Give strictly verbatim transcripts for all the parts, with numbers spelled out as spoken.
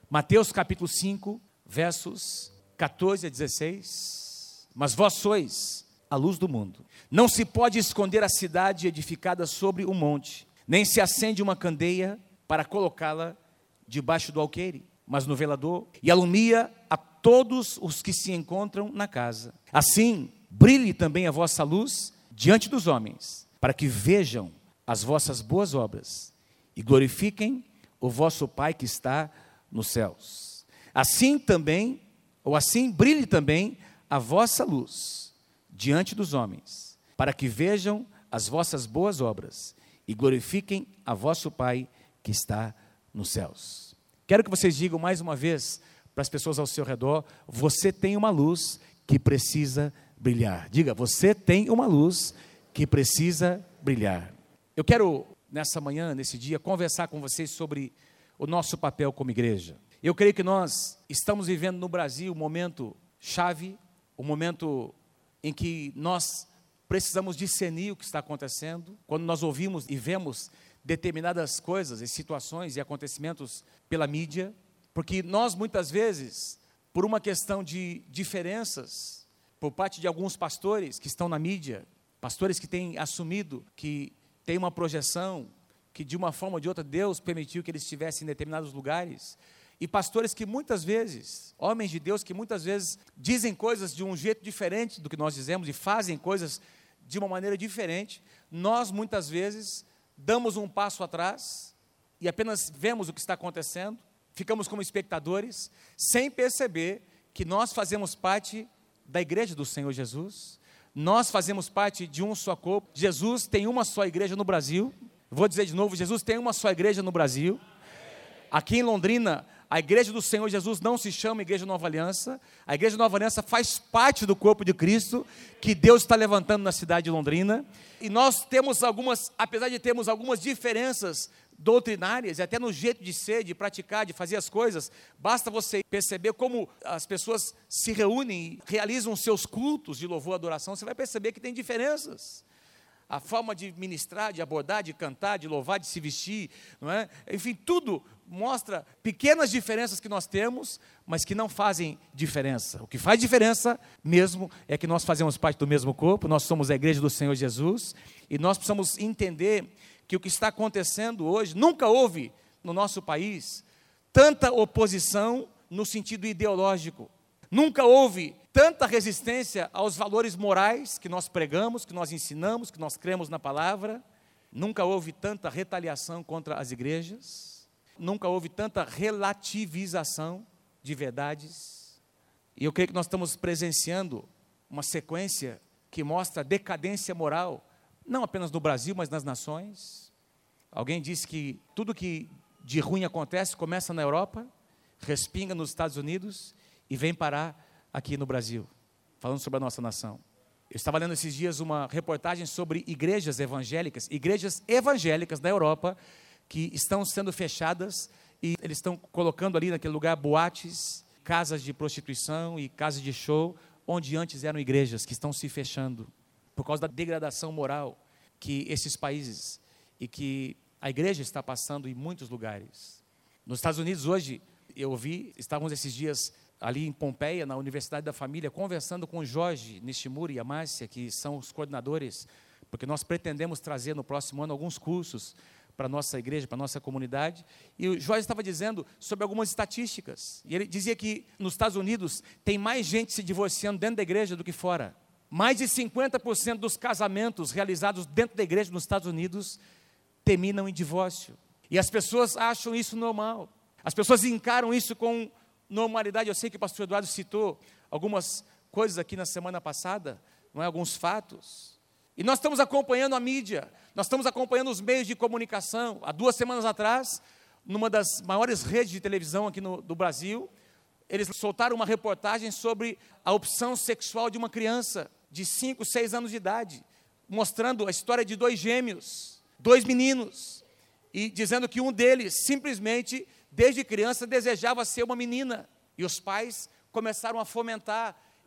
Mateus capítulo cinco, versos catorze a dezesseis. Mas vós sois a luz do mundo. Não se pode esconder a cidade edificada sobre um monte, nem se acende uma candeia para colocá-la debaixo do alqueire, mas no velador, e alumia a todos os que se encontram na casa. Assim, brilhe também a vossa luz diante dos homens, para que vejam as vossas boas obras e glorifiquem o vosso Pai que está nos céus. Assim também, ou assim brilhe também a vossa luz diante dos homens, para que vejam as vossas boas obras e glorifiquem a vosso Pai que está nos céus. Quero que vocês digam mais uma vez para as pessoas ao seu redor: você tem uma luz que precisa brilhar. Diga, você tem uma luz que precisa brilhar. Eu quero, nessa manhã, nesse dia, conversar com vocês sobre o nosso papel como igreja. Eu creio que nós estamos vivendo no Brasil um momento chave, um momento em que nós precisamos discernir o que está acontecendo. Quando nós ouvimos e vemos determinadas coisas e situações e acontecimentos pela mídia, porque nós muitas vezes, por uma questão de diferenças, por parte de alguns pastores que estão na mídia, pastores que têm assumido que tem uma projeção, que de uma forma ou de outra Deus permitiu que eles estivessem em determinados lugares, e pastores que muitas vezes, homens de Deus que muitas vezes dizem coisas de um jeito diferente do que nós dizemos e fazem coisas de uma maneira diferente, nós muitas vezes damos um passo atrás e apenas vemos o que está acontecendo, ficamos como espectadores, sem perceber que nós fazemos parte da igreja do Senhor Jesus, nós fazemos parte de um só corpo. Jesus tem uma só igreja no Brasil. Vou dizer de novo, Jesus tem uma só igreja no Brasil. Aqui em Londrina, a igreja do Senhor Jesus não se chama Igreja Nova Aliança. A Igreja Nova Aliança faz parte do corpo de Cristo, que Deus está levantando na cidade de Londrina. E nós temos algumas, apesar de termos algumas diferenças doutrinárias, e até no jeito de ser, de praticar, de fazer as coisas, basta você perceber como as pessoas se reúnem e realizam seus cultos de louvor e adoração, você vai perceber que tem diferenças. A forma de ministrar, de abordar, de cantar, de louvar, de se vestir, não é? Enfim, tudo mostra pequenas diferenças que nós temos, mas que não fazem diferença. O que faz diferença mesmo é que nós fazemos parte do mesmo corpo, nós somos a igreja do Senhor Jesus, e nós precisamos entender que o que está acontecendo hoje, nunca houve no nosso país tanta oposição no sentido ideológico, nunca houve tanta resistência aos valores morais que nós pregamos, que nós ensinamos, que nós cremos na palavra, nunca houve tanta retaliação contra as igrejas, nunca houve tanta relativização de verdades, e eu creio que nós estamos presenciando uma sequência que mostra a decadência moral, não apenas no Brasil, mas nas nações. Alguém disse que tudo que de ruim acontece começa na Europa, respinga nos Estados Unidos e vem parar aqui no Brasil, falando sobre a nossa nação. Eu estava lendo esses dias uma reportagem sobre igrejas evangélicas, igrejas evangélicas da Europa, que estão sendo fechadas e eles estão colocando ali naquele lugar boates, casas de prostituição e casas de show, onde antes eram igrejas que estão se fechando, por causa da degradação moral que esses países e que a igreja está passando em muitos lugares. Nos Estados Unidos hoje, eu ouvi, estávamos esses dias ali em Pompeia, na Universidade da Família, conversando com o Jorge Nishimura e a Márcia, que são os coordenadores, porque nós pretendemos trazer no próximo ano alguns cursos para a nossa igreja, para a nossa comunidade, e o Jorge estava dizendo sobre algumas estatísticas, e ele dizia que nos Estados Unidos tem mais gente se divorciando dentro da igreja do que fora. Mais de cinquenta por cento dos casamentos realizados dentro da igreja nos Estados Unidos terminam em divórcio. E as pessoas acham isso normal. As pessoas encaram isso com normalidade. Eu sei que o pastor Eduardo citou algumas coisas aqui na semana passada, não é? Alguns fatos. E nós estamos acompanhando a mídia, nós estamos acompanhando os meios de comunicação. Há duas semanas atrás, numa das maiores redes de televisão aqui no, do Brasil, eles soltaram uma reportagem sobre a opção sexual de uma criança de cinco, seis anos de idade, mostrando a história de dois gêmeos, dois meninos, e dizendo que um deles, simplesmente, desde criança, desejava ser uma menina, e os pais começaram a fomentar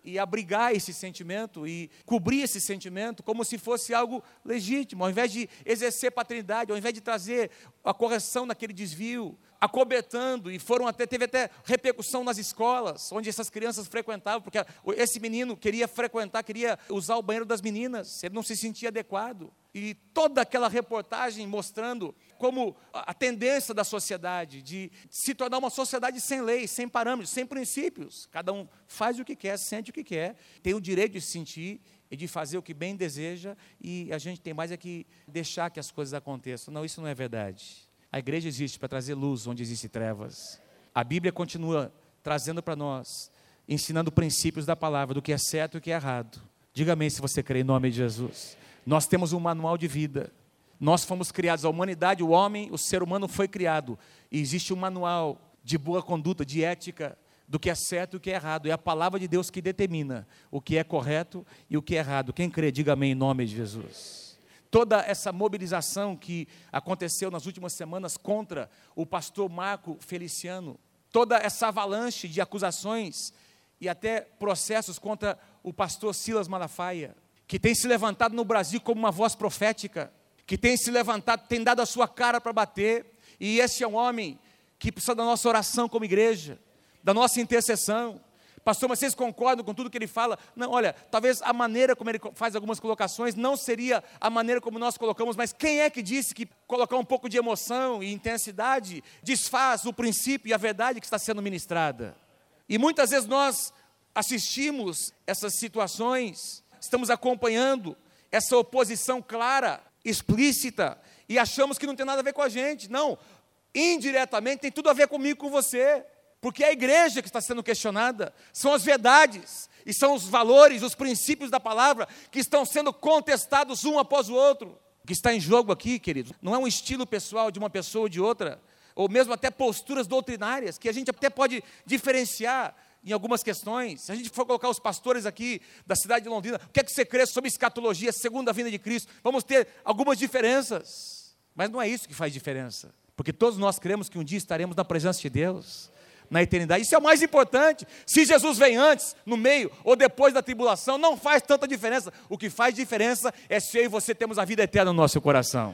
e abrigar esse sentimento e cobrir esse sentimento como se fosse algo legítimo, ao invés de exercer paternidade, ao invés de trazer a correção naquele desvio, acobertando, e foram até, teve até repercussão nas escolas, onde essas crianças frequentavam, porque esse menino queria frequentar, queria usar o banheiro das meninas, ele não se sentia adequado, e toda aquela reportagem mostrando como a tendência da sociedade, de se tornar uma sociedade sem leis, sem parâmetros, sem princípios, cada um faz o que quer, sente o que quer, tem o direito de se sentir e de fazer o que bem deseja, e a gente tem mais é que deixar que as coisas aconteçam. Não, isso não é verdade. A igreja existe para trazer luz onde existem trevas. A Bíblia continua trazendo para nós, ensinando princípios da palavra, do que é certo e o que é errado. Diga amém se você crê em nome de Jesus. Nós temos um manual de vida. Nós fomos criados, a humanidade, o homem, o ser humano foi criado. E existe um manual de boa conduta, de ética, do que é certo e o que é errado. É a palavra de Deus que determina o que é correto e o que é errado. Quem crê, diga amém em nome de Jesus. Toda essa mobilização que aconteceu nas últimas semanas contra o pastor Marco Feliciano, toda essa avalanche de acusações e até processos contra o pastor Silas Malafaia, que tem se levantado no Brasil como uma voz profética, que tem se levantado, tem dado a sua cara para bater, e esse é um homem que precisa da nossa oração como igreja, da nossa intercessão. Pastor, mas vocês concordam com tudo que ele fala? Não, olha, talvez a maneira como ele faz algumas colocações não seria a maneira como nós colocamos, mas quem é que disse que colocar um pouco de emoção e intensidade desfaz o princípio e a verdade que está sendo ministrada? E muitas vezes nós assistimos essas situações, estamos acompanhando essa oposição clara, explícita, e achamos que não tem nada a ver com a gente. Não, indiretamente tem tudo a ver comigo, com você. Porque é a igreja que está sendo questionada, são as verdades, e são os valores, os princípios da palavra, que estão sendo contestados um após o outro. O que está em jogo aqui, queridos, não é um estilo pessoal de uma pessoa ou de outra, ou mesmo até posturas doutrinárias, que a gente até pode diferenciar em algumas questões. Se a gente for colocar os pastores aqui da cidade de Londrina, o que é que você crê sobre escatologia, segunda vinda de Cristo? Vamos ter algumas diferenças, mas não é isso que faz diferença, porque todos nós cremos que um dia estaremos na presença de Deus, na eternidade. Isso é o mais importante. Se Jesus vem antes, no meio ou depois da tribulação, não faz tanta diferença. O que faz diferença é se eu e você temos a vida eterna no nosso coração.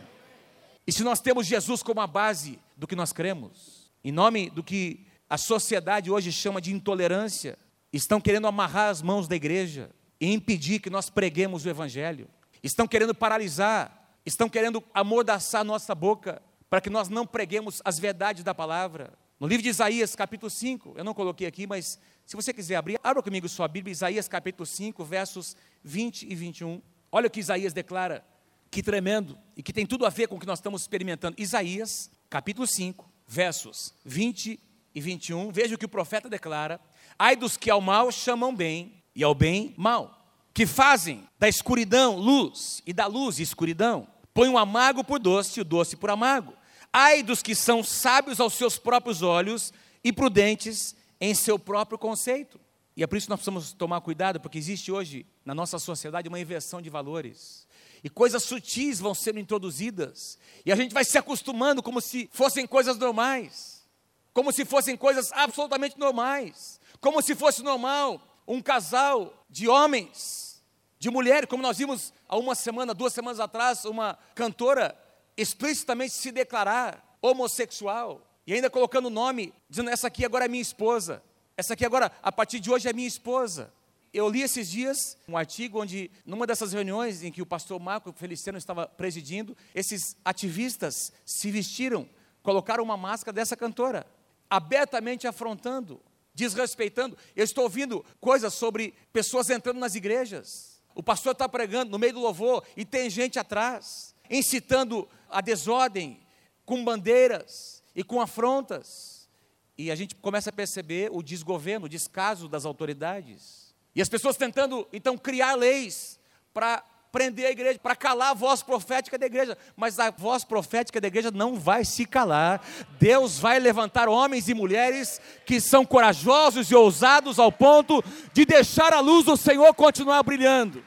E se nós temos Jesus como a base do que nós cremos, em nome do que a sociedade hoje chama de intolerância, estão querendo amarrar as mãos da igreja e impedir que nós preguemos o evangelho. Estão querendo paralisar, estão querendo amordaçar nossa boca para que nós não preguemos as verdades da palavra. No livro de Isaías, capítulo cinco, eu não coloquei aqui, mas se você quiser abrir, abra comigo sua Bíblia, Isaías capítulo cinco, versos vinte e vinte e um. Olha o que Isaías declara, que tremendo, e que tem tudo a ver com o que nós estamos experimentando. Isaías, capítulo cinco, versos vinte e vinte e um, veja o que o profeta declara: ai dos que ao mal chamam bem, e ao bem mal, que fazem da escuridão luz, e da luz escuridão, põem o amargo por doce, e o doce por amargo. Ai dos que são sábios aos seus próprios olhos e prudentes em seu próprio conceito. E é por isso que nós precisamos tomar cuidado, porque existe hoje na nossa sociedade uma inversão de valores. E coisas sutis vão sendo introduzidas. E a gente vai se acostumando como se fossem coisas normais. Como se fossem coisas absolutamente normais. Como se fosse normal um casal de homens, de mulheres, como nós vimos há uma semana, duas semanas atrás, uma cantora explicitamente se declarar homossexual, e ainda colocando o nome, dizendo: essa aqui agora é minha esposa, essa aqui agora, a partir de hoje, é minha esposa. Eu li esses dias um artigo onde, numa dessas reuniões em que o pastor Marco Feliciano estava presidindo, esses ativistas se vestiram, colocaram uma máscara dessa cantora, abertamente afrontando, desrespeitando. Eu estou ouvindo coisas sobre pessoas entrando nas igrejas, o pastor está pregando no meio do louvor, e tem gente atrás, incitando a desordem, com bandeiras e com afrontas, e a gente começa a perceber o desgoverno, o descaso das autoridades, e as pessoas tentando então criar leis para prender a igreja, para calar a voz profética da igreja, mas a voz profética da igreja não vai se calar. Deus vai levantar homens e mulheres que são corajosos e ousados ao ponto de deixar a luz do Senhor continuar brilhando.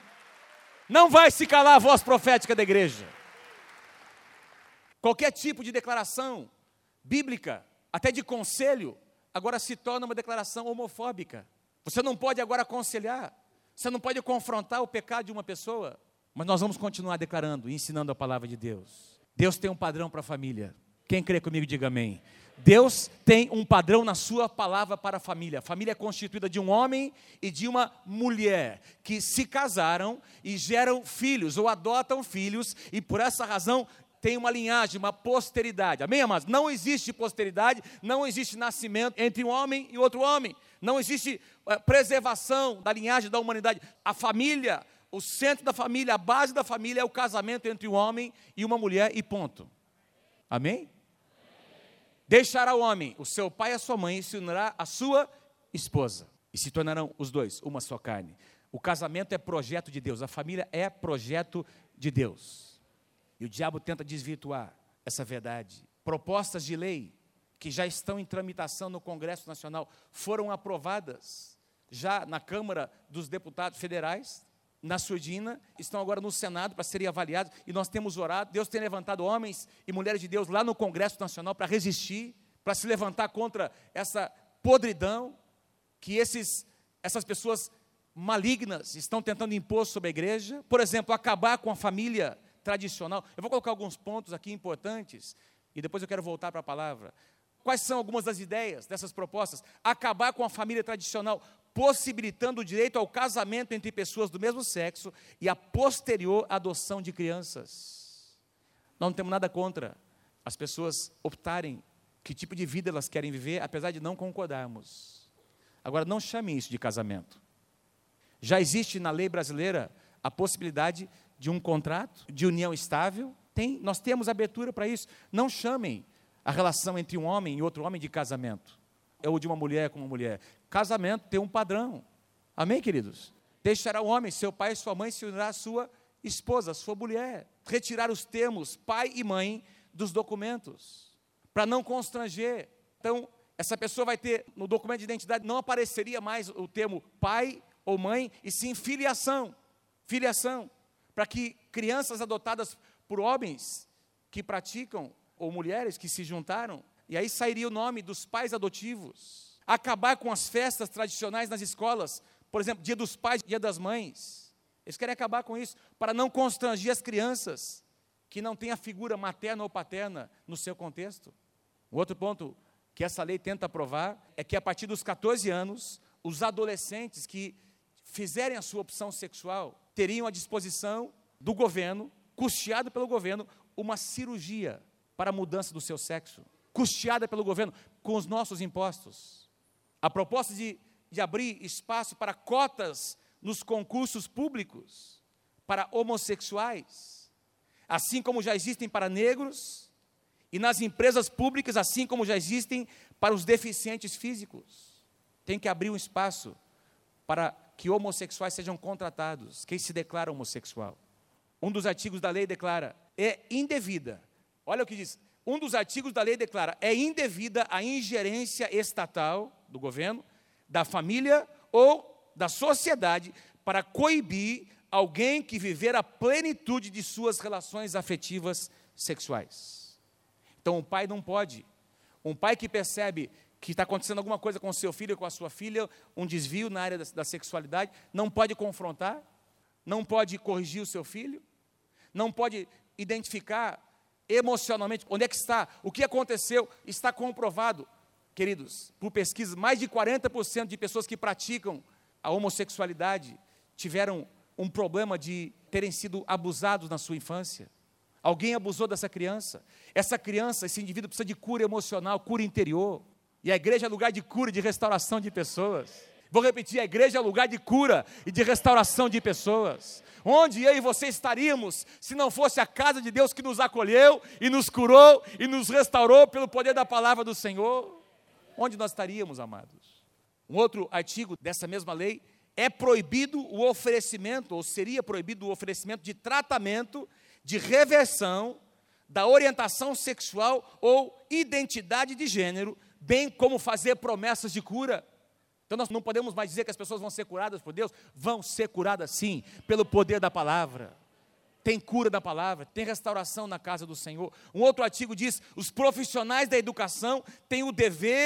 Não vai se calar a voz profética da igreja. Qualquer tipo de declaração bíblica, até de conselho, agora se torna uma declaração homofóbica. Você não pode agora aconselhar, você não pode confrontar o pecado de uma pessoa, mas nós vamos continuar declarando e ensinando a palavra de Deus. Deus tem um padrão para a família. Quem crê comigo, diga amém. Deus tem um padrão na sua palavra para a família. A família é constituída de um homem e de uma mulher que se casaram e geram filhos ou adotam filhos e por essa razão tem uma linhagem, uma posteridade. Amém, amados? Não existe posteridade, não existe nascimento entre um homem e outro homem. Não existe uh, preservação da linhagem da humanidade. A família, o centro da família, a base da família é o casamento entre um homem e uma mulher e ponto. Amém? Deixará o homem, o seu pai e a sua mãe, e se unirá a sua esposa. E se tornarão os dois uma só carne. O casamento é projeto de Deus, a família é projeto de Deus. E o diabo tenta desvirtuar essa verdade. Propostas de lei que já estão em tramitação no Congresso Nacional foram aprovadas já na Câmara dos Deputados Federais, na surdina, estão agora no Senado para serem avaliados, e nós temos orado, Deus tem levantado homens e mulheres de Deus lá no Congresso Nacional para resistir, para se levantar contra essa podridão que esses, essas pessoas malignas estão tentando impor sobre a igreja. Por exemplo, acabar com a família tradicional. Eu vou colocar alguns pontos aqui importantes, e depois eu quero voltar para a palavra. Quais são algumas das ideias dessas propostas? Acabar com a família tradicional, possibilitando o direito ao casamento entre pessoas do mesmo sexo e a posterior adoção de crianças. Nós não temos nada contra as pessoas optarem que tipo de vida elas querem viver, apesar de não concordarmos. Agora, não chame isso de casamento. Já existe na lei brasileira a possibilidade de um contrato, de união estável. Tem, nós temos abertura para isso. Não chamem a relação entre um homem e outro homem de casamento. Ou de uma mulher com uma mulher. Casamento tem um padrão. Amém, queridos? Deixará o homem, seu pai e sua mãe, se unirá à sua esposa, à sua mulher. Retirar os termos pai e mãe dos documentos, para não constranger. Então, essa pessoa vai ter, no documento de identidade, não apareceria mais o termo pai ou mãe, e sim filiação. Filiação. Para que crianças adotadas por homens que praticam, ou mulheres que se juntaram, e aí sairia o nome dos pais adotivos. Acabar com as festas tradicionais nas escolas, por exemplo, dia dos pais, dia das mães. Eles querem acabar com isso, para não constranger as crianças que não têm a figura materna ou paterna no seu contexto. Um outro ponto que essa lei tenta aprovar é que a partir dos catorze anos, os adolescentes que fizerem a sua opção sexual teriam à disposição do governo, custeado pelo governo, uma cirurgia para a mudança do seu sexo. Custeada pelo governo, com os nossos impostos. A proposta de, de abrir espaço para cotas nos concursos públicos, para homossexuais, assim como já existem para negros, e nas empresas públicas, assim como já existem para os deficientes físicos. Tem que abrir um espaço para que homossexuais sejam contratados, quem se declara homossexual. Um dos artigos da lei declara, é indevida, olha o que diz, um dos artigos da lei declara, é indevida a ingerência estatal do governo, da família ou da sociedade para coibir alguém que viver a plenitude de suas relações afetivas sexuais. Então, um pai não pode, um pai que percebe que está acontecendo alguma coisa com o seu filho ou com a sua filha, um desvio na área da, da sexualidade, não pode confrontar, não pode corrigir o seu filho, não pode identificar emocionalmente, onde é que está, o que aconteceu, está comprovado, queridos, por pesquisas, mais de quarenta por cento de pessoas que praticam a homossexualidade tiveram um problema de terem sido abusados na sua infância. Alguém abusou dessa criança. Essa criança, esse indivíduo precisa de cura emocional, cura interior. E a igreja é lugar de cura e de restauração de pessoas. Vou repetir, a igreja é lugar de cura e de restauração de pessoas. Onde eu e você estaríamos se não fosse a casa de Deus que nos acolheu e nos curou e nos restaurou pelo poder da palavra do Senhor? Onde nós estaríamos, amados? Um outro artigo dessa mesma lei, é proibido o oferecimento, ou seria proibido o oferecimento de tratamento de reversão da orientação sexual ou identidade de gênero, bem como fazer promessas de cura. Então nós não podemos mais dizer que as pessoas vão ser curadas por Deus, vão ser curadas sim, pelo poder da palavra. Tem cura da palavra, tem restauração na casa do Senhor. Um outro artigo diz, os profissionais da educação têm o dever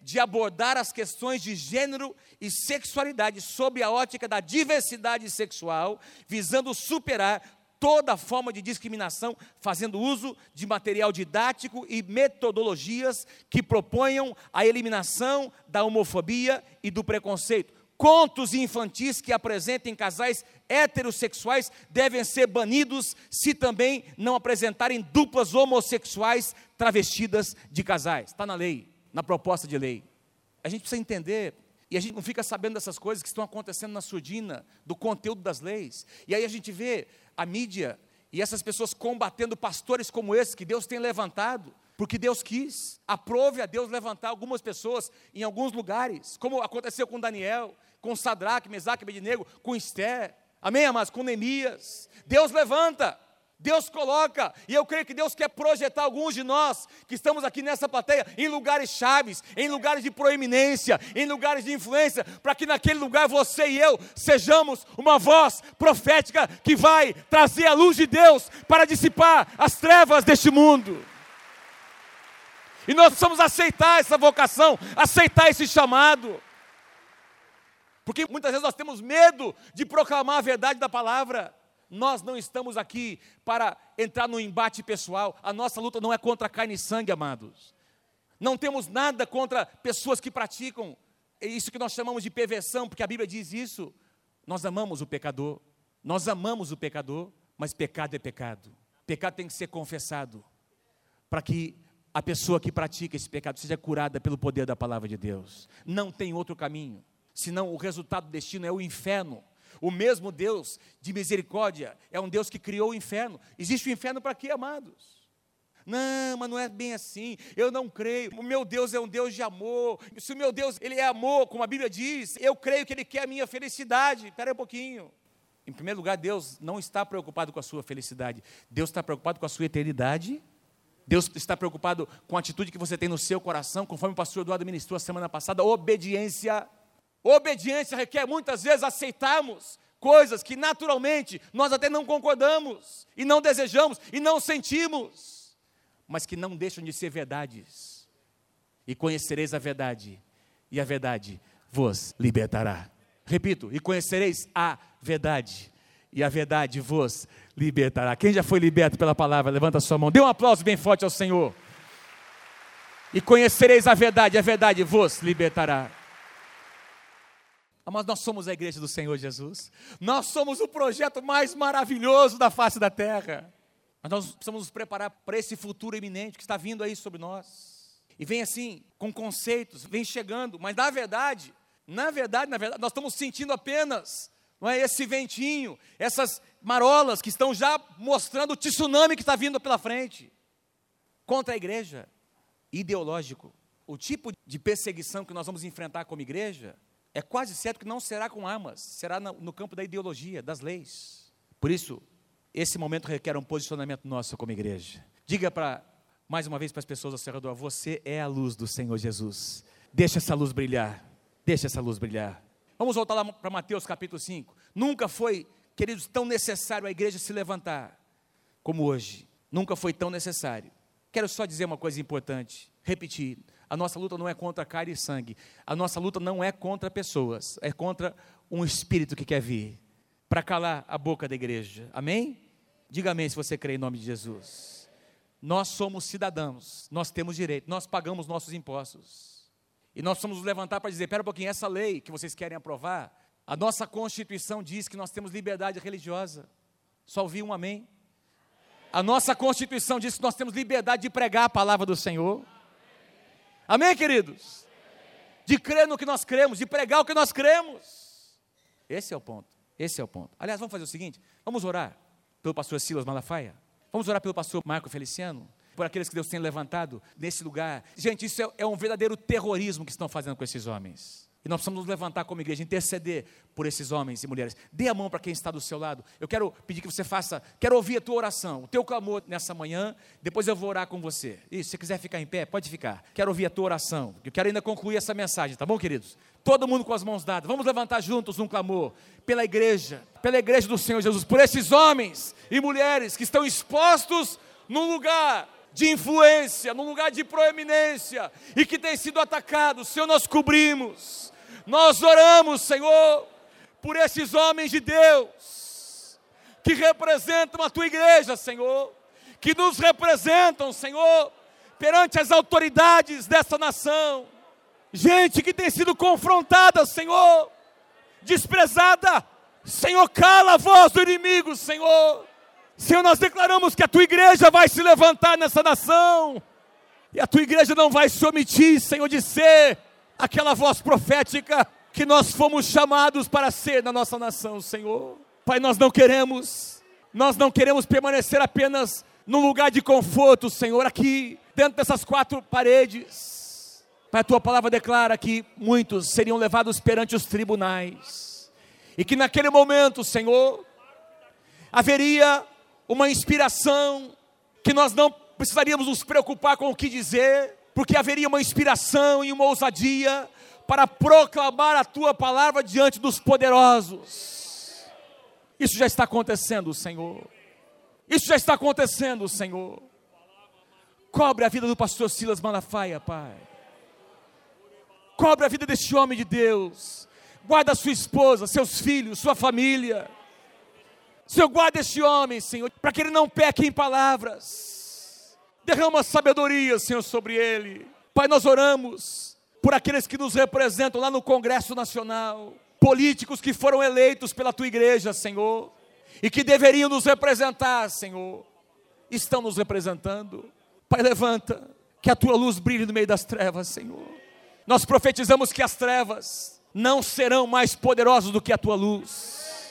de abordar as questões de gênero e sexualidade sob a ótica da diversidade sexual, visando superar toda forma de discriminação, fazendo uso de material didático e metodologias que proponham a eliminação da homofobia e do preconceito. Contos infantis que apresentem casais heterossexuais devem ser banidos se também não apresentarem duplas homossexuais travestidas de casais. Está na lei, na proposta de lei. A gente precisa entender, e a gente não fica sabendo dessas coisas que estão acontecendo na surdina, do conteúdo das leis. E aí a gente vê a mídia e essas pessoas combatendo pastores como esses que Deus tem levantado, porque Deus quis. Aprove a Deus levantar algumas pessoas em alguns lugares, como aconteceu com Daniel, com Sadraque, Mesaque e Abednego, com Esther, amém, amados? Com Neemias. Deus levanta, Deus coloca, e eu creio que Deus quer projetar alguns de nós, que estamos aqui nessa plateia, em lugares chaves, em lugares de proeminência, em lugares de influência, para que naquele lugar você e eu sejamos uma voz profética, que vai trazer a luz de Deus, para dissipar as trevas deste mundo. E nós precisamos aceitar essa vocação, aceitar esse chamado, porque muitas vezes nós temos medo de proclamar a verdade da palavra. Nós não estamos aqui para entrar no embate pessoal, a nossa luta não é contra carne e sangue, amados. Não temos nada contra pessoas que praticam isso que nós chamamos de perversão, porque a Bíblia diz isso. Nós amamos o pecador, nós amamos o pecador, mas pecado é pecado. Pecado tem que ser confessado, para que a pessoa que pratica esse pecado seja curada pelo poder da palavra de Deus. Não tem outro caminho, senão o resultado do destino é o inferno. O mesmo Deus de misericórdia é um Deus que criou o inferno. Existe o inferno para quê, amados? Não, mas não é bem assim, eu não creio. O meu Deus é um Deus de amor. Se o meu Deus, Ele é amor, como a Bíblia diz, eu creio que Ele quer a minha felicidade. Espera aí um pouquinho. Em primeiro lugar, Deus não está preocupado com a sua felicidade. Deus está preocupado com a sua eternidade. Deus está preocupado com a atitude que você tem no seu coração, conforme o pastor Eduardo ministrou a semana passada, obediência. Obediência requer muitas vezes aceitarmos coisas que naturalmente nós até não concordamos, e não desejamos, e não sentimos, mas que não deixam de ser verdades. E conhecereis a verdade, e a verdade vos libertará. Repito, e conhecereis a verdade, e a verdade vos libertará. Quem já foi liberto pela palavra, levanta a sua mão, dê um aplauso bem forte ao Senhor. E conhecereis a verdade, e a verdade vos libertará. Mas nós somos a igreja do Senhor Jesus, nós somos o projeto mais maravilhoso da face da terra, mas nós precisamos nos preparar para esse futuro iminente que está vindo aí sobre nós, e vem assim, com conceitos, vem chegando, mas na verdade, na verdade, na verdade, nós estamos sentindo apenas, não é, esse ventinho, essas marolas que estão já mostrando o tsunami que está vindo pela frente, contra a igreja, ideológico. O tipo de perseguição que nós vamos enfrentar como igreja, é quase certo que não será com armas, será no, no campo da ideologia, das leis. Por isso, esse momento requer um posicionamento nosso como igreja. Diga para, mais uma vez para as pessoas ao seu redor, você é a luz do Senhor Jesus. Deixa essa luz brilhar, deixa essa luz brilhar. Vamos voltar lá para Mateus capítulo cinco. Nunca foi, queridos, tão necessário a igreja se levantar como hoje. Nunca foi tão necessário. Quero só dizer uma coisa importante, repetir. A nossa luta não é contra carne e sangue. A nossa luta não é contra pessoas. É contra um espírito que quer vir para calar a boca da igreja. Amém? Diga amém se você crê em nome de Jesus. Nós somos cidadãos. Nós temos direito. Nós pagamos nossos impostos. E nós precisamos nos levantar para dizer, espera um pouquinho, essa lei que vocês querem aprovar, a nossa Constituição diz que nós temos liberdade religiosa. Só ouvi um amém? A nossa Constituição diz que nós temos liberdade de pregar a palavra do Senhor. Amém, queridos? De crer no que nós cremos, de pregar o que nós cremos. Esse é o ponto, esse é o ponto. Aliás, vamos fazer o seguinte, vamos orar pelo pastor Silas Malafaia, vamos orar pelo pastor Marco Feliciano, por aqueles que Deus tem levantado nesse lugar. Gente, isso é, é um verdadeiro terrorismo que estão fazendo com esses homens. E nós precisamos nos levantar como igreja, interceder por esses homens e mulheres. Dê a mão para quem está do seu lado. Eu quero pedir que você faça, quero ouvir a tua oração, o teu clamor nessa manhã, depois eu vou orar com você. E se você quiser ficar em pé, pode ficar. Quero ouvir a tua oração, eu quero ainda concluir essa mensagem, tá bom, queridos? Todo mundo com as mãos dadas, vamos levantar juntos um clamor pela igreja, pela igreja do Senhor Jesus, por esses homens e mulheres que estão expostos num lugar de influência, num lugar de proeminência, e que tem sido atacado, Senhor, nós cobrimos, nós oramos, Senhor, por esses homens de Deus, que representam a Tua igreja, Senhor, que nos representam, Senhor, perante as autoridades dessa nação, gente que tem sido confrontada, Senhor, desprezada, Senhor, cala a voz do inimigo, Senhor. Senhor, nós declaramos que a Tua igreja vai se levantar nessa nação, e a Tua igreja não vai se omitir, Senhor, de ser aquela voz profética que nós fomos chamados para ser na nossa nação, Senhor. Pai, nós não queremos, nós não queremos permanecer apenas num lugar de conforto, Senhor, aqui, dentro dessas quatro paredes. Pai, a Tua palavra declara que muitos seriam levados perante os tribunais, e que naquele momento, Senhor, haveria uma inspiração, que nós não precisaríamos nos preocupar com o que dizer, porque haveria uma inspiração e uma ousadia para proclamar a Tua palavra diante dos poderosos. Isso já está acontecendo, Senhor. Isso já está acontecendo, Senhor. Cobre a vida do pastor Silas Malafaia, Pai. Cobre a vida deste homem de Deus. Guarda a sua esposa, seus filhos, sua família. Senhor, guarda este homem, Senhor, para que ele não peque em palavras. Derrama sabedoria, Senhor, sobre ele. Pai, nós oramos por aqueles que nos representam lá no Congresso Nacional, políticos que foram eleitos pela Tua igreja, Senhor, e que deveriam nos representar, Senhor, estão nos representando. Pai, levanta, que a Tua luz brilhe no meio das trevas, Senhor. Nós profetizamos que as trevas não serão mais poderosas do que a Tua luz.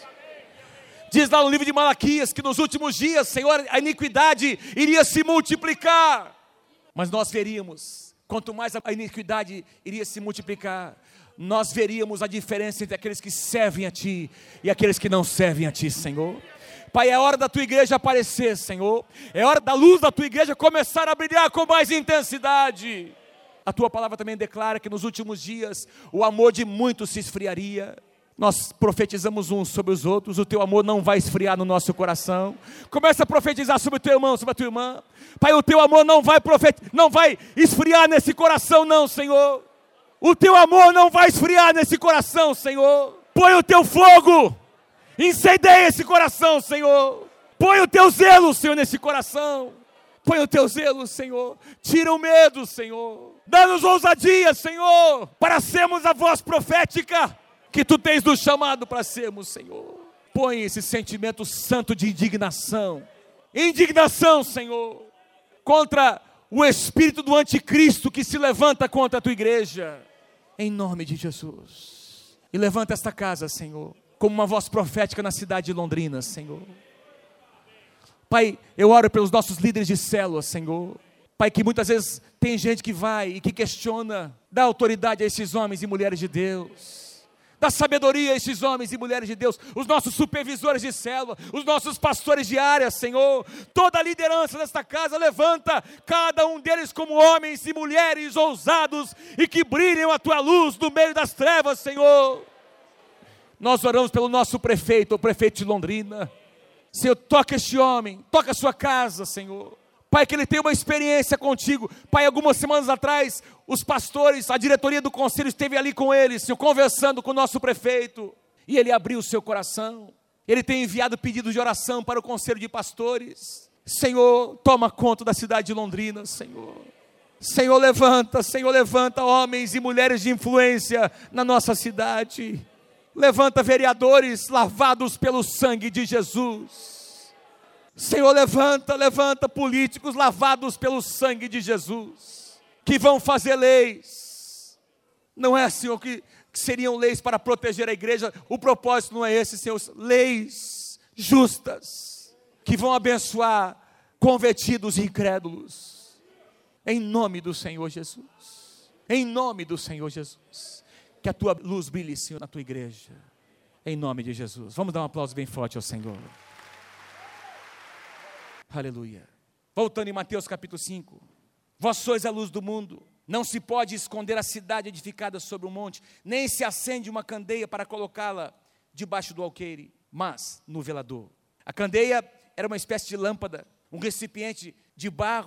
Diz lá no livro de Malaquias que nos últimos dias, Senhor, a iniquidade iria se multiplicar. Mas nós veríamos, quanto mais a iniquidade iria se multiplicar, nós veríamos a diferença entre aqueles que servem a Ti e aqueles que não servem a Ti, Senhor. Pai, é hora da Tua igreja aparecer, Senhor. É hora da luz da Tua igreja começar a brilhar com mais intensidade. A Tua palavra também declara que nos últimos dias o amor de muitos se esfriaria. Nós profetizamos uns sobre os outros, o Teu amor não vai esfriar no nosso coração. Começa a profetizar sobre o teu irmão, sobre a tua irmã. Pai, o Teu amor não vai, profet... não vai esfriar nesse coração não, Senhor. O Teu amor não vai esfriar nesse coração, Senhor. Põe o Teu fogo, incendeia esse coração, Senhor. Põe o Teu zelo, Senhor, nesse coração. Põe o Teu zelo, Senhor. Tira o medo, Senhor. Dá-nos ousadia, Senhor, para sermos a voz profética que Tu tens nos chamado para sermos, Senhor. Põe esse sentimento santo de indignação. Indignação, Senhor, contra o espírito do anticristo que se levanta contra a Tua igreja. Em nome de Jesus. E levanta esta casa, Senhor, como uma voz profética na cidade de Londrina, Senhor. Pai, eu oro pelos nossos líderes de célula, Senhor. Pai, que muitas vezes tem gente que vai e que questiona, dá autoridade a esses homens e mulheres de Deus. Dá sabedoria a esses homens e mulheres de Deus, os nossos supervisores de célula, os nossos pastores de área, Senhor. Toda a liderança desta casa, levanta cada um deles como homens e mulheres ousados e que brilhem a Tua luz no meio das trevas, Senhor. Nós oramos pelo nosso prefeito, o prefeito de Londrina. Senhor, toca este homem, toca a sua casa, Senhor. Pai, que ele tenha uma experiência contigo. Pai, algumas semanas atrás, os pastores, a diretoria do conselho esteve ali com ele, Senhor, conversando com o nosso prefeito. E ele abriu o seu coração. Ele tem enviado pedidos de oração para o conselho de pastores. Senhor, toma conta da cidade de Londrina, Senhor. Senhor, levanta, Senhor, levanta homens e mulheres de influência na nossa cidade. Levanta vereadores lavados pelo sangue de Jesus. Senhor, levanta, levanta políticos lavados pelo sangue de Jesus, que vão fazer leis. Não é, Senhor, que, que seriam leis para proteger a igreja. O propósito não é esse, Senhor. Leis justas, que vão abençoar convertidos e incrédulos. Em nome do Senhor Jesus. Em nome do Senhor Jesus. Que a Tua luz brilhe, Senhor, na Tua igreja. Em nome de Jesus. Vamos dar um aplauso bem forte ao Senhor. Aleluia. Voltando em Mateus capítulo cinco. Vós sois a luz do mundo. Não se pode esconder a cidade edificada sobre um monte, nem se acende uma candeia para colocá-la debaixo do alqueire, mas no velador. A candeia era uma espécie de lâmpada, um recipiente de barro que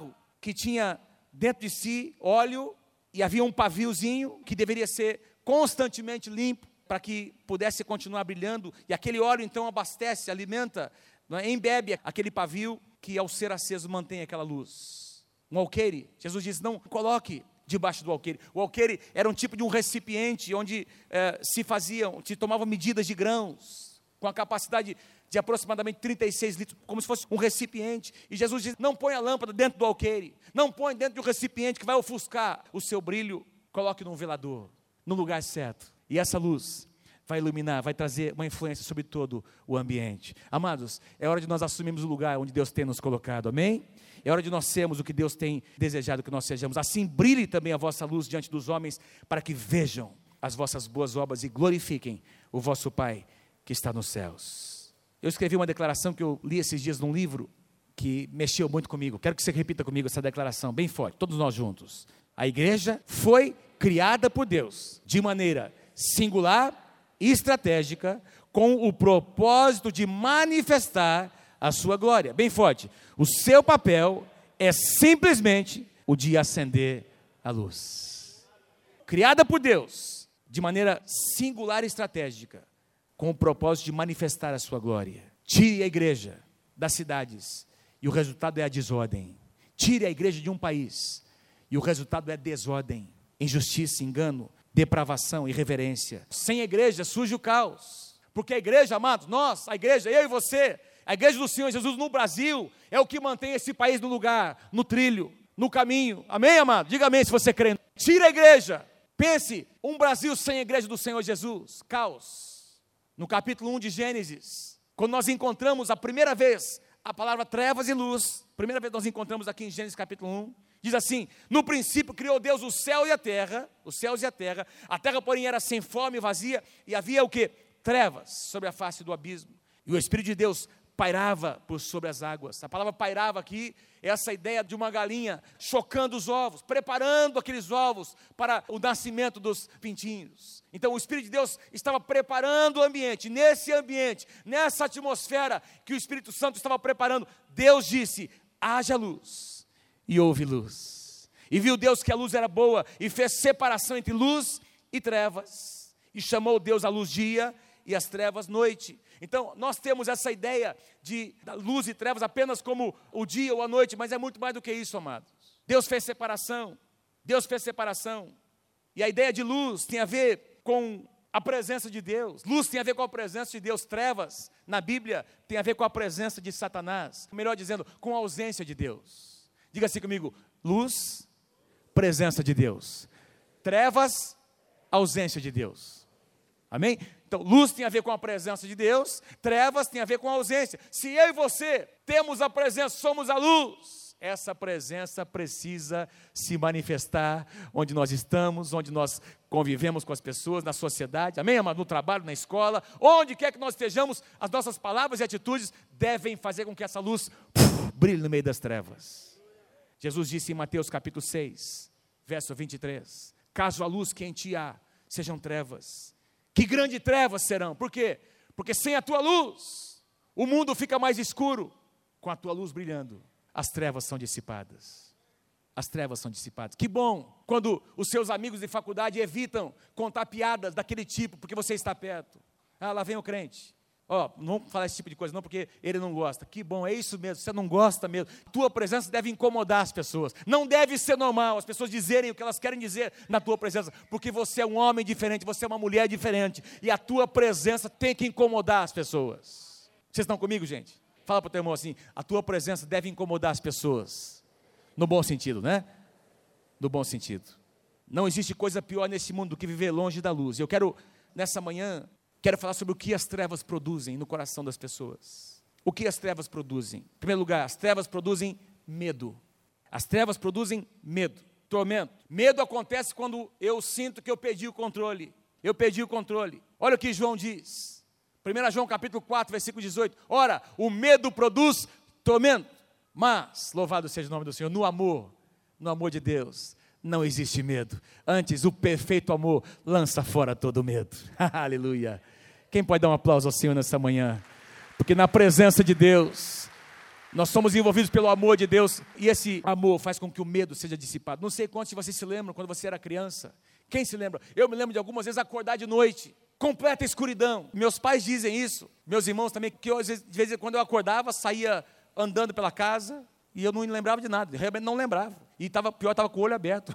que tinha dentro de si óleo e havia um paviozinho que deveria ser constantemente limpo para que pudesse continuar brilhando, e aquele óleo então abastece, alimenta, não é? Embebe aquele pavio que ao ser aceso mantém aquela luz. Um alqueire, Jesus disse, não coloque debaixo do alqueire. O alqueire era um tipo de um recipiente onde eh, se faziam, se tomavam medidas de grãos, com a capacidade de aproximadamente trinta e seis litros, como se fosse um recipiente. E Jesus disse, não põe a lâmpada dentro do alqueire, não põe dentro de um recipiente que vai ofuscar o seu brilho, coloque num velador, no lugar certo. E essa luz vai iluminar, vai trazer uma influência sobre todo o ambiente. Amados, é hora de nós assumirmos o lugar onde Deus tem nos colocado, amém? É hora de nós sermos o que Deus tem desejado que nós sejamos. Assim brilhe também a vossa luz diante dos homens, para que vejam as vossas boas obras e glorifiquem o vosso Pai que está nos céus. Eu escrevi uma declaração que eu li esses dias num livro, que mexeu muito comigo. Quero que você repita comigo essa declaração, bem forte, todos nós juntos. A igreja foi criada por Deus, de maneira singular e estratégica, com o propósito de manifestar a sua glória. Bem forte. O seu papel é simplesmente o de acender a luz. Criada por Deus, de maneira singular e estratégica, com o propósito de manifestar a sua glória. Tire a igreja das cidades e o resultado é a desordem. Tire a igreja de um país e o resultado é desordem, injustiça, engano, depravação, irreverência. Sem a igreja surge o caos, porque a igreja, amados, nós, a igreja, eu e você, a igreja do Senhor Jesus no Brasil, é o que mantém esse país no lugar, no trilho, no caminho, amém, amado? Diga amém se você crê. Tira a igreja, pense, um Brasil sem a igreja do Senhor Jesus, caos. No capítulo um de Gênesis, quando nós encontramos a primeira vez a palavra trevas e luz, primeira vez nós encontramos aqui em Gênesis capítulo um, diz assim, no princípio criou Deus o céu e a terra, os céus e a terra, a terra porém era sem forma e vazia, e havia o que? Trevas sobre a face do abismo, e o Espírito de Deus pairava por sobre as águas. A palavra pairava aqui é essa ideia de uma galinha chocando os ovos, preparando aqueles ovos para o nascimento dos pintinhos. Então o Espírito de Deus estava preparando o ambiente, nesse ambiente, nessa atmosfera que o Espírito Santo estava preparando, Deus disse, haja luz, e houve luz. E viu Deus que a luz era boa, e fez separação entre luz e trevas, e chamou Deus a luz dia, e as trevas noite. Então, nós temos essa ideia de luz e trevas apenas como o dia ou a noite, mas é muito mais do que isso, amados. Deus fez separação, Deus fez separação, e a ideia de luz tem a ver com a presença de Deus, luz tem a ver com a presença de Deus, trevas, na Bíblia, tem a ver com a presença de Satanás, melhor dizendo, com a ausência de Deus. Diga assim comigo, luz, presença de Deus, trevas, ausência de Deus. Amém? Então, luz tem a ver com a presença de Deus, trevas tem a ver com a ausência. Se eu e você temos a presença, somos a luz, essa presença precisa se manifestar onde nós estamos, onde nós convivemos com as pessoas, na sociedade, amém, amado? No trabalho, na escola, onde quer que nós estejamos, as nossas palavras e atitudes devem fazer com que essa luz puf, brilhe no meio das trevas. Jesus disse em Mateus capítulo seis, verso vinte e três, caso a luz que em ti há sejam trevas, que grandes trevas serão. Por quê? Porque sem a tua luz, o mundo fica mais escuro. Com a tua luz brilhando, as trevas são dissipadas. As trevas são dissipadas. Que bom quando os seus amigos de faculdade evitam contar piadas daquele tipo, porque você está perto. Ah, lá vem o crente. Ó, oh, não vamos falar esse tipo de coisa não, porque ele não gosta. Que bom, é isso mesmo, você não gosta mesmo. Tua presença deve incomodar as pessoas. Não deve ser normal as pessoas dizerem o que elas querem dizer na tua presença, porque você é um homem diferente, você é uma mulher diferente, e a tua presença tem que incomodar as pessoas. Vocês estão comigo, gente? Fala para o teu irmão assim, a tua presença deve incomodar as pessoas. No bom sentido, né? No bom sentido. Não existe coisa pior nesse mundo do que viver longe da luz. Eu quero, nessa manhã, quero falar sobre o que as trevas produzem no coração das pessoas. O que as trevas produzem? Em primeiro lugar, as trevas produzem medo. As trevas produzem medo, tormento. Medo acontece quando eu sinto que eu perdi o controle. Eu perdi o controle. Olha o que João diz. primeiro João capítulo quatro, versículo dezoito. Ora, o medo produz tormento. Mas, louvado seja o nome do Senhor, no amor, no amor de Deus, não existe medo. Antes, o perfeito amor lança fora todo medo. Aleluia. Quem pode dar um aplauso ao Senhor nessa manhã? Porque na presença de Deus Nós somos envolvidos pelo amor de Deus, e esse amor faz com que o medo seja dissipado. Não sei quantos de vocês se lembram quando você era criança. Quem se lembra? Eu me lembro de algumas vezes acordar de noite, completa escuridão. Meus pais dizem isso, meus irmãos também, que eu, às vezes, de vez em quando eu acordava, saía andando pela casa, e eu não lembrava de nada, realmente não lembrava. E tava, pior, estava com o olho aberto.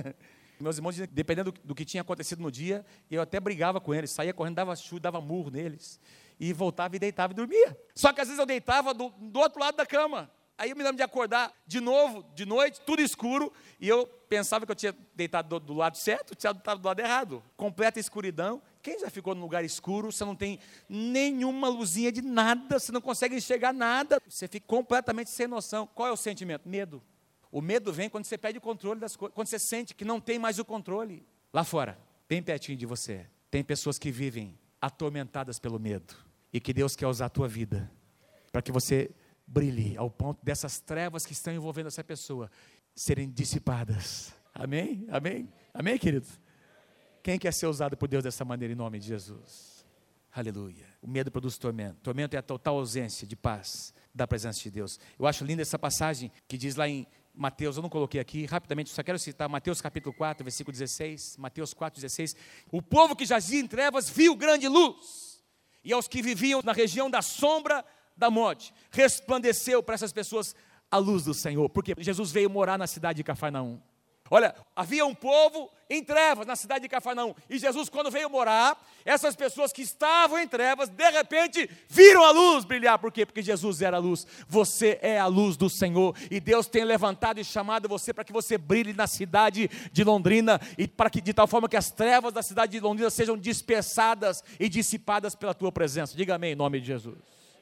Meus irmãos diziam que, dependendo do, do que tinha acontecido no dia, eu até brigava com eles, saía correndo, dava chute, dava murro neles. E voltava e deitava e dormia. Só que às vezes eu deitava do, do outro lado da cama. Aí eu me lembro de acordar de novo, de noite, tudo escuro, e eu pensava que eu tinha deitado do, do lado certo, tinha estado do lado errado. Completa escuridão. Quem já ficou num lugar escuro, você não tem nenhuma luzinha de nada, você não consegue enxergar nada, você fica completamente sem noção. Qual é o sentimento? Medo. O medo vem quando você perde o controle das coisas, quando você sente que não tem mais o controle. Lá fora, bem pertinho de você, tem pessoas que vivem atormentadas pelo medo, e que Deus quer usar a tua vida, para que você brilhe, ao ponto dessas trevas que estão envolvendo essa pessoa, serem dissipadas. Amém? Amém? Amém, querido? Quem quer ser usado por Deus dessa maneira, em nome de Jesus? Aleluia. O medo produz tormento. Tormento é a total ausência de paz da presença de Deus. Eu acho linda essa passagem, que diz lá em Mateus, eu não coloquei aqui, rapidamente, só quero citar, Mateus capítulo quatro, versículo dezesseis, Mateus quatro, dezesseis, o povo que jazia em trevas viu grande luz, e aos que viviam na região da sombra da morte, resplandeceu para essas pessoas a luz do Senhor, porque Jesus veio morar na cidade de Cafarnaum. Olha, havia um povo em trevas na cidade de Cafarnaum, e Jesus, quando veio morar, essas pessoas que estavam em trevas, de repente, viram a luz brilhar. Por quê? Porque Jesus era a luz. Você é a luz do Senhor, e Deus tem levantado e chamado você para que você brilhe na cidade de Londrina, e para que, de tal forma que as trevas da cidade de Londrina sejam dispersadas e dissipadas pela tua presença. Diga amém, em nome de Jesus.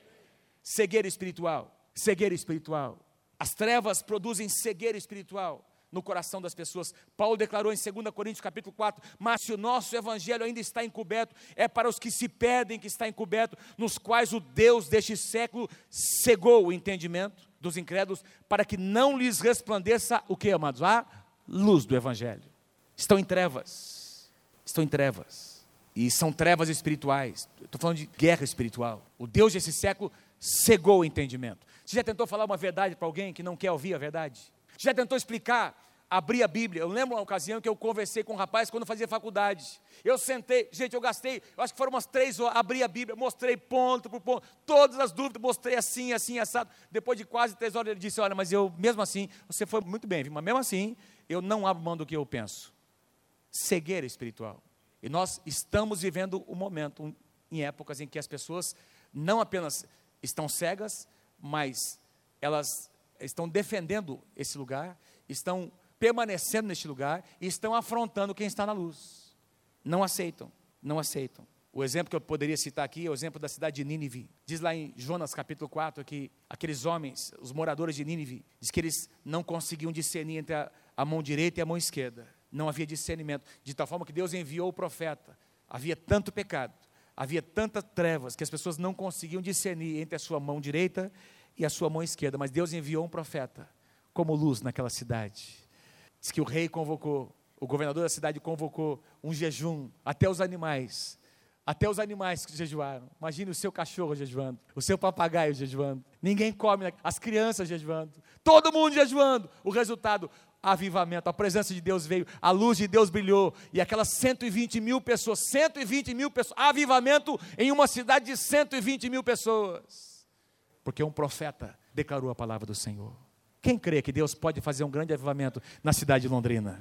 Cegueira espiritual, cegueira espiritual. As trevas produzem cegueira espiritual no coração das pessoas. Paulo declarou em dois Coríntios capítulo quatro, mas se o nosso evangelho ainda está encoberto, é para os que se perdem que está encoberto, nos quais o Deus deste século cegou o entendimento dos incrédulos, para que não lhes resplandeça o que, amados? A luz do evangelho. Estão em trevas, estão em trevas, e são trevas espirituais. Estou falando de guerra espiritual. O Deus desse século cegou o entendimento. Você já tentou falar uma verdade para alguém que não quer ouvir a verdade? Já tentou explicar, abrir a Bíblia? Eu lembro uma ocasião que eu conversei com um rapaz quando eu fazia faculdade. Eu sentei, gente, eu gastei, eu acho que foram umas três horas, abri a Bíblia, mostrei ponto por ponto, todas as dúvidas, mostrei assim, assim, assado. Depois de quase três horas ele disse, olha, mas eu, mesmo assim, você foi muito bem, mas mesmo assim, eu não abro mão do que eu penso. Cegueira espiritual. E nós estamos vivendo um momento, um, em épocas em que as pessoas não apenas estão cegas, mas elas estão defendendo esse lugar, estão permanecendo neste lugar e estão afrontando quem está na luz. Não aceitam, não aceitam. O exemplo que eu poderia citar aqui é o exemplo da cidade de Nínive. Diz lá em Jonas capítulo quatro que aqueles homens, os moradores de Nínive, diz que eles não conseguiam discernir entre a, a mão direita e a mão esquerda. Não havia discernimento, de tal forma que Deus enviou o profeta. Havia tanto pecado, havia tantas trevas, que as pessoas não conseguiam discernir entre a sua mão direita e a sua mão esquerda, mas Deus enviou um profeta como luz naquela cidade. Diz que o rei convocou, o governador da cidade convocou um jejum, até os animais, até os animais que jejuaram. Imagine o seu cachorro jejuando, o seu papagaio jejuando, ninguém come, as crianças jejuando, todo mundo jejuando. O resultado, avivamento, a presença de Deus veio, a luz de Deus brilhou, e aquelas cento e vinte mil pessoas, cento e vinte mil pessoas, avivamento em uma cidade de cento e vinte mil pessoas. Porque um profeta declarou a palavra do Senhor. Quem crê que Deus pode fazer um grande avivamento na cidade de Londrina?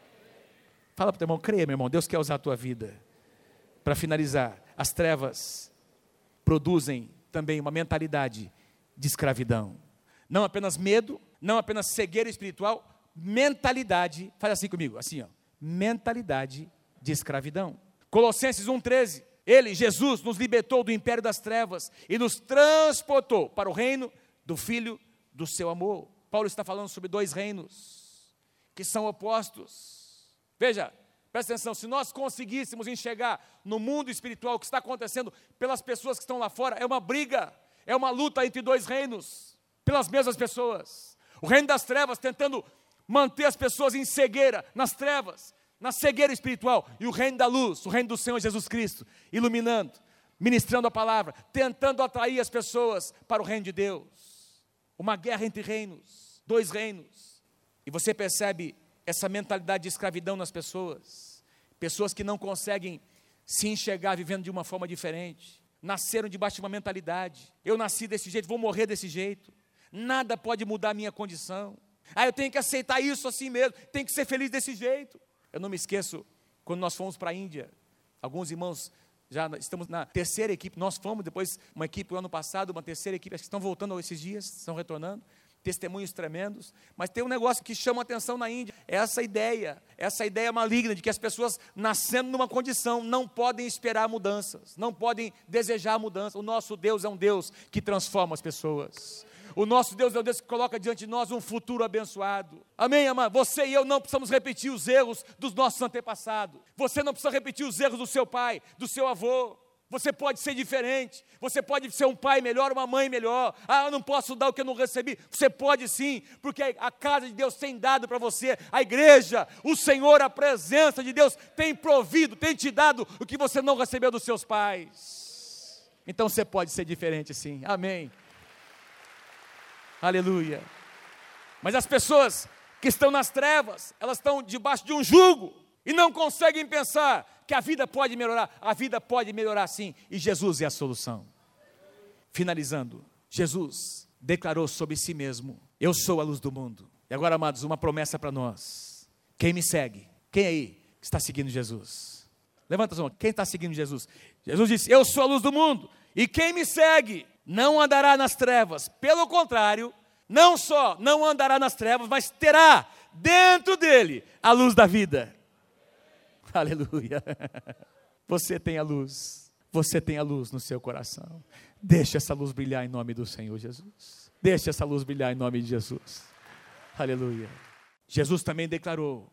Fala para o teu irmão, creia, meu irmão, Deus quer usar a tua vida. Para finalizar, as trevas produzem também uma mentalidade de escravidão. Não apenas medo, não apenas cegueira espiritual, mentalidade, faz assim comigo, assim ó, mentalidade de escravidão. Colossenses um, treze. Ele, Jesus, nos libertou do império das trevas e nos transportou para o reino do Filho do seu amor. Paulo está falando sobre dois reinos que são opostos. Veja, presta atenção, se nós conseguíssemos enxergar no mundo espiritual o que está acontecendo pelas pessoas que estão lá fora, é uma briga, é uma luta entre dois reinos, pelas mesmas pessoas. O reino das trevas tentando manter as pessoas em cegueira, nas trevas, na cegueira espiritual, e o reino da luz, o reino do Senhor Jesus Cristo, iluminando, ministrando a palavra, tentando atrair as pessoas para o reino de Deus. uma guerra entre reinos, dois reinos. E você percebe essa mentalidade de escravidão nas pessoas, pessoas que não conseguem se enxergar vivendo de uma forma diferente, nasceram debaixo de uma mentalidade, eu nasci desse jeito, vou morrer desse jeito, nada pode mudar a minha condição, ah, eu tenho que aceitar isso assim mesmo, tenho que ser feliz desse jeito. Eu não me esqueço, quando nós fomos para a Índia, alguns irmãos, já estamos na terceira equipe, nós fomos, depois uma equipe no ano passado, uma terceira equipe, acho que estão voltando esses dias, estão retornando, testemunhos tremendos, mas tem um negócio que chama a atenção na Índia, é essa ideia, essa ideia maligna de que as pessoas nascendo numa condição não podem esperar mudanças, não podem desejar mudança. O nosso Deus é um Deus que transforma as pessoas. O nosso Deus é um Deus que coloca diante de nós um futuro abençoado. Amém, amado? Você e eu não precisamos repetir os erros dos nossos antepassados. Você não precisa repetir os erros do seu pai, do seu avô. Você pode ser diferente, você pode ser um pai melhor, uma mãe melhor. Ah, eu não posso dar o que eu não recebi. Você pode sim, porque a casa de Deus tem dado para você, a igreja, o Senhor, a presença de Deus tem provido, tem te dado o que você não recebeu dos seus pais. Então você pode ser diferente sim, amém. Aleluia. Mas as pessoas que estão nas trevas, elas estão debaixo de um jugo e não conseguem pensar que a vida pode melhorar. A vida pode melhorar sim, e Jesus é a solução. Finalizando, Jesus declarou sobre si mesmo: eu sou a luz do mundo. E agora, amados, uma promessa para nós. Quem me segue? Quem aí está seguindo Jesus? Levanta a mão, quem está seguindo Jesus? Jesus disse: eu sou a luz do mundo, e quem me segue não andará nas trevas. Pelo contrário, não só não andará nas trevas, mas terá dentro dele a luz da vida. Aleluia. Você tem a luz, você tem a luz no seu coração. Deixa essa luz brilhar em nome do Senhor Jesus. Deixa essa luz brilhar em nome de Jesus. Aleluia. Jesus também declarou: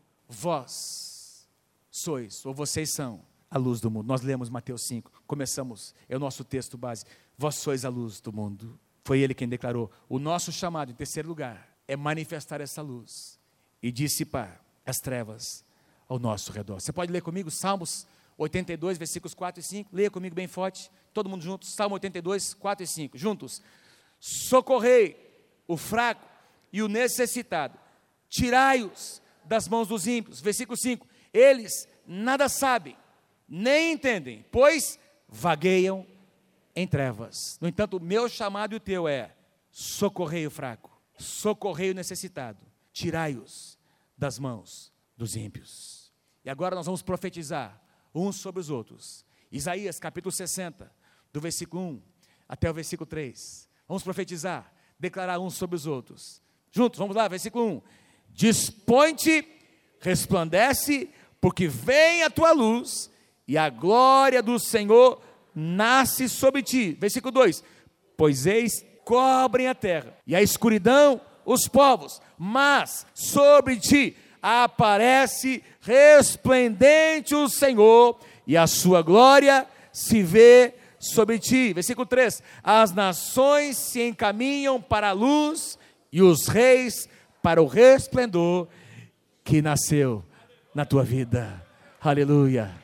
vós sois, ou vocês são, a luz do mundo. Nós lemos Mateus cinco, começamos, é o nosso texto base. Vós sois a luz do mundo. Foi ele quem declarou. O nosso chamado, em terceiro lugar, é manifestar essa luz e dissipar as trevas ao nosso redor. Você pode ler comigo Salmos oitenta e dois, versículos quatro e cinco. Leia comigo bem forte, todo mundo junto. Salmo oitenta e dois, quatro e cinco, juntos. Socorrei o fraco e o necessitado, tirai-os das mãos dos ímpios. Versículo cinco. Eles nada sabem, nem entendem, pois vagueiam em trevas. No entanto, o meu chamado e o teu é: socorrei o fraco, socorrei o necessitado, tirai-os das mãos dos ímpios. E agora nós vamos profetizar uns sobre os outros. Isaías capítulo sessenta, do versículo um até o versículo três. Vamos profetizar, declarar uns sobre os outros. Juntos, vamos lá, versículo um. Dispõe-te, resplandece, porque vem a tua luz, e a glória do Senhor nasce sobre ti. Versículo dois. Pois eis, cobrem a terra, e a escuridão os povos, mas sobre ti aparece resplendente o Senhor, e a sua glória se vê sobre ti. Versículo três. As nações se encaminham para a luz, e os reis para o resplendor que nasceu na tua vida. Aleluia,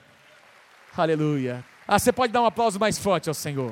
aleluia. Ah, você pode dar um aplauso mais forte ao Senhor.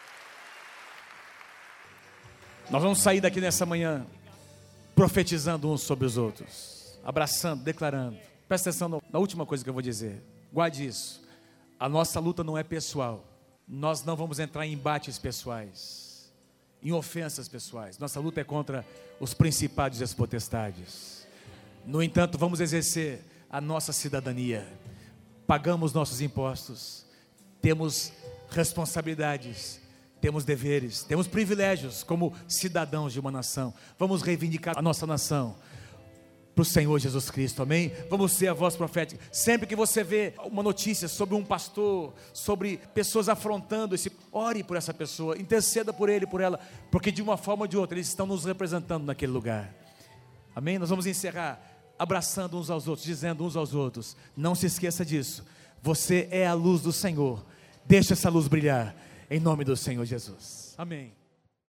Nós vamos sair daqui nessa manhã profetizando uns sobre os outros, abraçando, declarando. Presta atenção na última coisa que eu vou dizer. Guarde isso. A nossa luta não é pessoal. Nós não vamos entrar em embates pessoais, em ofensas pessoais. Nossa luta é contra os principados e as potestades. No entanto, vamos exercer a nossa cidadania. Pagamos nossos impostos, temos responsabilidades, temos deveres, temos privilégios como cidadãos de uma nação. Vamos reivindicar a nossa nação para o Senhor Jesus Cristo, amém? Vamos ser a voz profética. Sempre que você vê uma notícia sobre um pastor, sobre pessoas afrontando esse, ore por essa pessoa, interceda por ele, por ela, porque de uma forma ou de outra eles estão nos representando naquele lugar, amém? Nós vamos encerrar abraçando uns aos outros, dizendo uns aos outros: não se esqueça disso, você é a luz do Senhor, deixa essa luz brilhar, em nome do Senhor Jesus, amém.